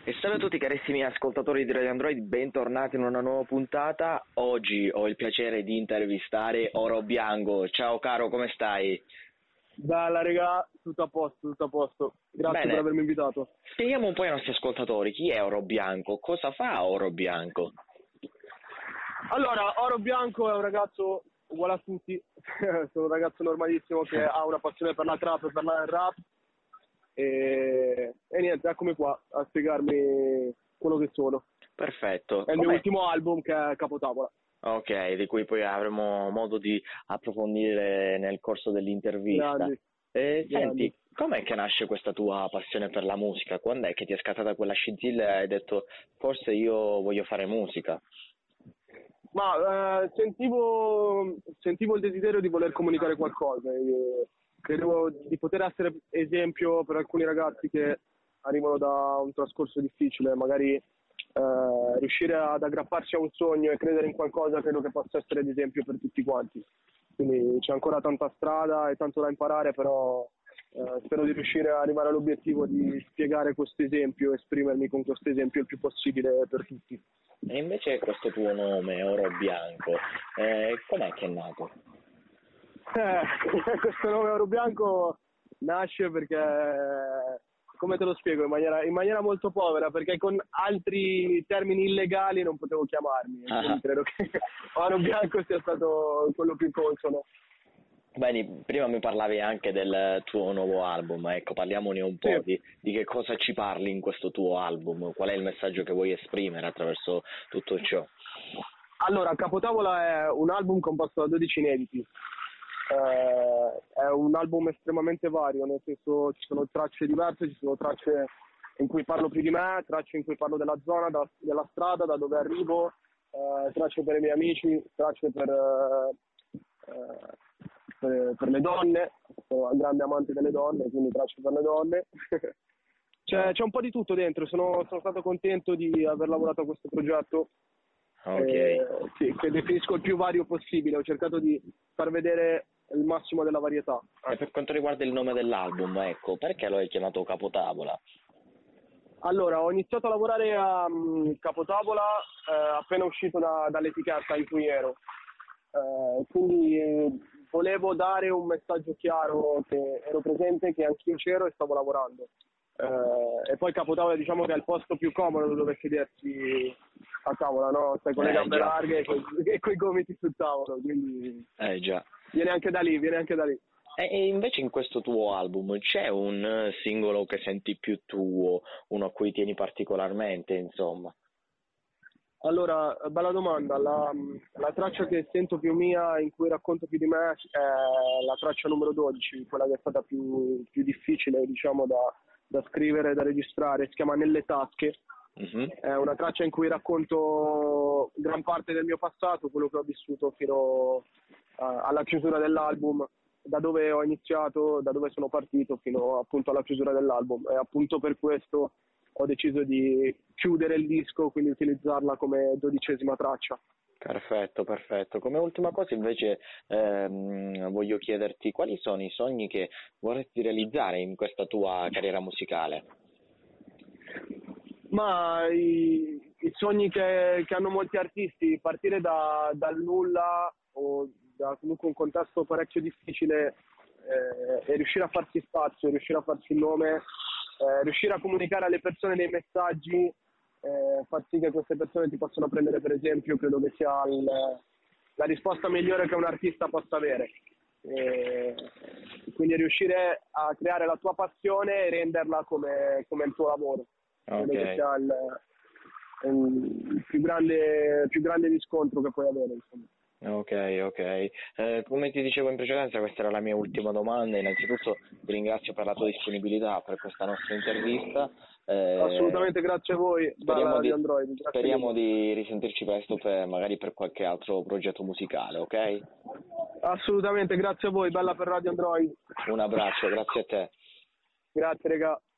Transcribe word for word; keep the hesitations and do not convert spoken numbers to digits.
E salve a tutti carissimi ascoltatori di Radio Android, bentornati in una nuova puntata. Oggi ho il piacere di intervistare Oro Bianco. Ciao caro, come stai? Bella regà, tutto a posto, tutto a posto. Grazie Bene. per avermi invitato. Spieghiamo un po' ai nostri ascoltatori chi è Oro Bianco, cosa fa Oro Bianco? Allora, Oro Bianco è un ragazzo uguale a tutti, sono un ragazzo normalissimo che ha una passione per la trap e per la rap e, e niente, eccomi qua a spiegarmi quello che sono. Perfetto. È il Com'è? mio ultimo album che è Capotavola. Ok, di cui poi avremo modo di approfondire nel corso dell'intervista. Grandi. Eh, Grandi. senti, com'è che nasce questa tua passione per la musica? Quando è che ti è scattata quella scintilla e hai detto forse io voglio fare musica? Ma eh, sentivo, sentivo il desiderio di voler comunicare qualcosa. E credevo di poter essere esempio per alcuni ragazzi che arrivano da un trascorso difficile, magari eh, riuscire ad aggrapparsi a un sogno e credere in qualcosa credo che possa essere di esempio per tutti quanti. Quindi c'è ancora tanta strada e tanto da imparare, però eh, spero di riuscire ad arrivare all'obiettivo di spiegare questo esempio, esprimermi con questo esempio il più possibile per tutti. E invece questo tuo nome, Oro Bianco, eh, com'è che è nato? Eh, questo nome Oro Bianco nasce perché, come te lo spiego, in maniera, in maniera molto povera, perché con altri termini illegali non potevo chiamarmi, Ah. quindi credo che Oro Bianco sia stato quello più consono. Bene, prima mi parlavi anche del tuo nuovo album, ecco, parliamone un po' Sì. di, di che cosa ci parli in questo tuo album, qual è il messaggio che vuoi esprimere attraverso tutto ciò? Allora, Capotavola è un album composto da dodici inediti. Eh, è un album estremamente vario, nel senso ci sono tracce diverse, ci sono tracce in cui parlo più di me, tracce in cui parlo della zona, da- della strada, da dove arrivo, eh, tracce per i miei amici, tracce per, eh, eh, per, per le donne, sono un grande amante delle donne, quindi tracce per le donne. c'è, c'è un po' di tutto dentro, sono, sono stato contento di aver lavorato a questo progetto. Ok. Eh, sì, che definisco il più vario possibile, ho cercato di far vedere il massimo della varietà. E per quanto riguarda il nome dell'album, ecco, perché lo hai chiamato Capotavola? Allora, ho iniziato a lavorare a um, Capotavola eh, appena uscito da, dall'etichetta in cui ero, eh, quindi eh, volevo dare un messaggio chiaro che ero presente, che anch'io c'ero e stavo lavorando. Eh, e poi Capotavola diciamo che è il posto più comodo dove sedersi a tavola, no? Stai con le Eh, gambe già. larghe e coi, e coi gomiti sul tavolo, quindi Eh già. viene anche da lì, viene anche da lì. E e invece in questo tuo album c'è un eh, singolo che senti più tuo, uno a cui tieni particolarmente, insomma? Allora, bella domanda, la, la traccia che sento più mia, in cui racconto più di me, è la traccia numero dodici, quella che è stata più, più difficile, diciamo, da, da scrivere e da registrare, si chiama Nelle tasche. Mhm. È una traccia in cui racconto gran parte del mio passato, quello che ho vissuto fino a- alla chiusura dell'album, da dove ho iniziato, da dove sono partito fino appunto alla chiusura dell'album, e appunto per questo ho deciso di chiudere il disco, quindi utilizzarla come dodicesima traccia. Perfetto, perfetto. Come ultima cosa invece ehm, voglio chiederti quali sono i sogni che vorresti realizzare in questa tua carriera musicale? Ma i, i sogni che, che hanno molti artisti, partire da, dal nulla o da comunque un contesto parecchio difficile eh, e riuscire a farsi spazio, riuscire a farsi il nome, eh, riuscire a comunicare alle persone dei messaggi, eh, far sì che queste persone ti possano prendere per esempio, credo che sia il, la risposta migliore che un artista possa avere. E quindi riuscire a creare la tua passione e renderla come, come il tuo lavoro. Credo che Ok. sia il, il più grande, più grande riscontro che puoi avere, insomma. Ok, ok. Eh, come ti dicevo in precedenza, questa era la mia ultima domanda. Innanzitutto ti ringrazio per la tua disponibilità per questa nostra intervista. Eh, Assolutamente, grazie a voi, speriamo bella di, Radio Android. Grazie speriamo mille. di risentirci presto per, magari per qualche altro progetto musicale, ok? Assolutamente, grazie a voi, bella per Radio Android. Un abbraccio, grazie a te. Grazie, regà.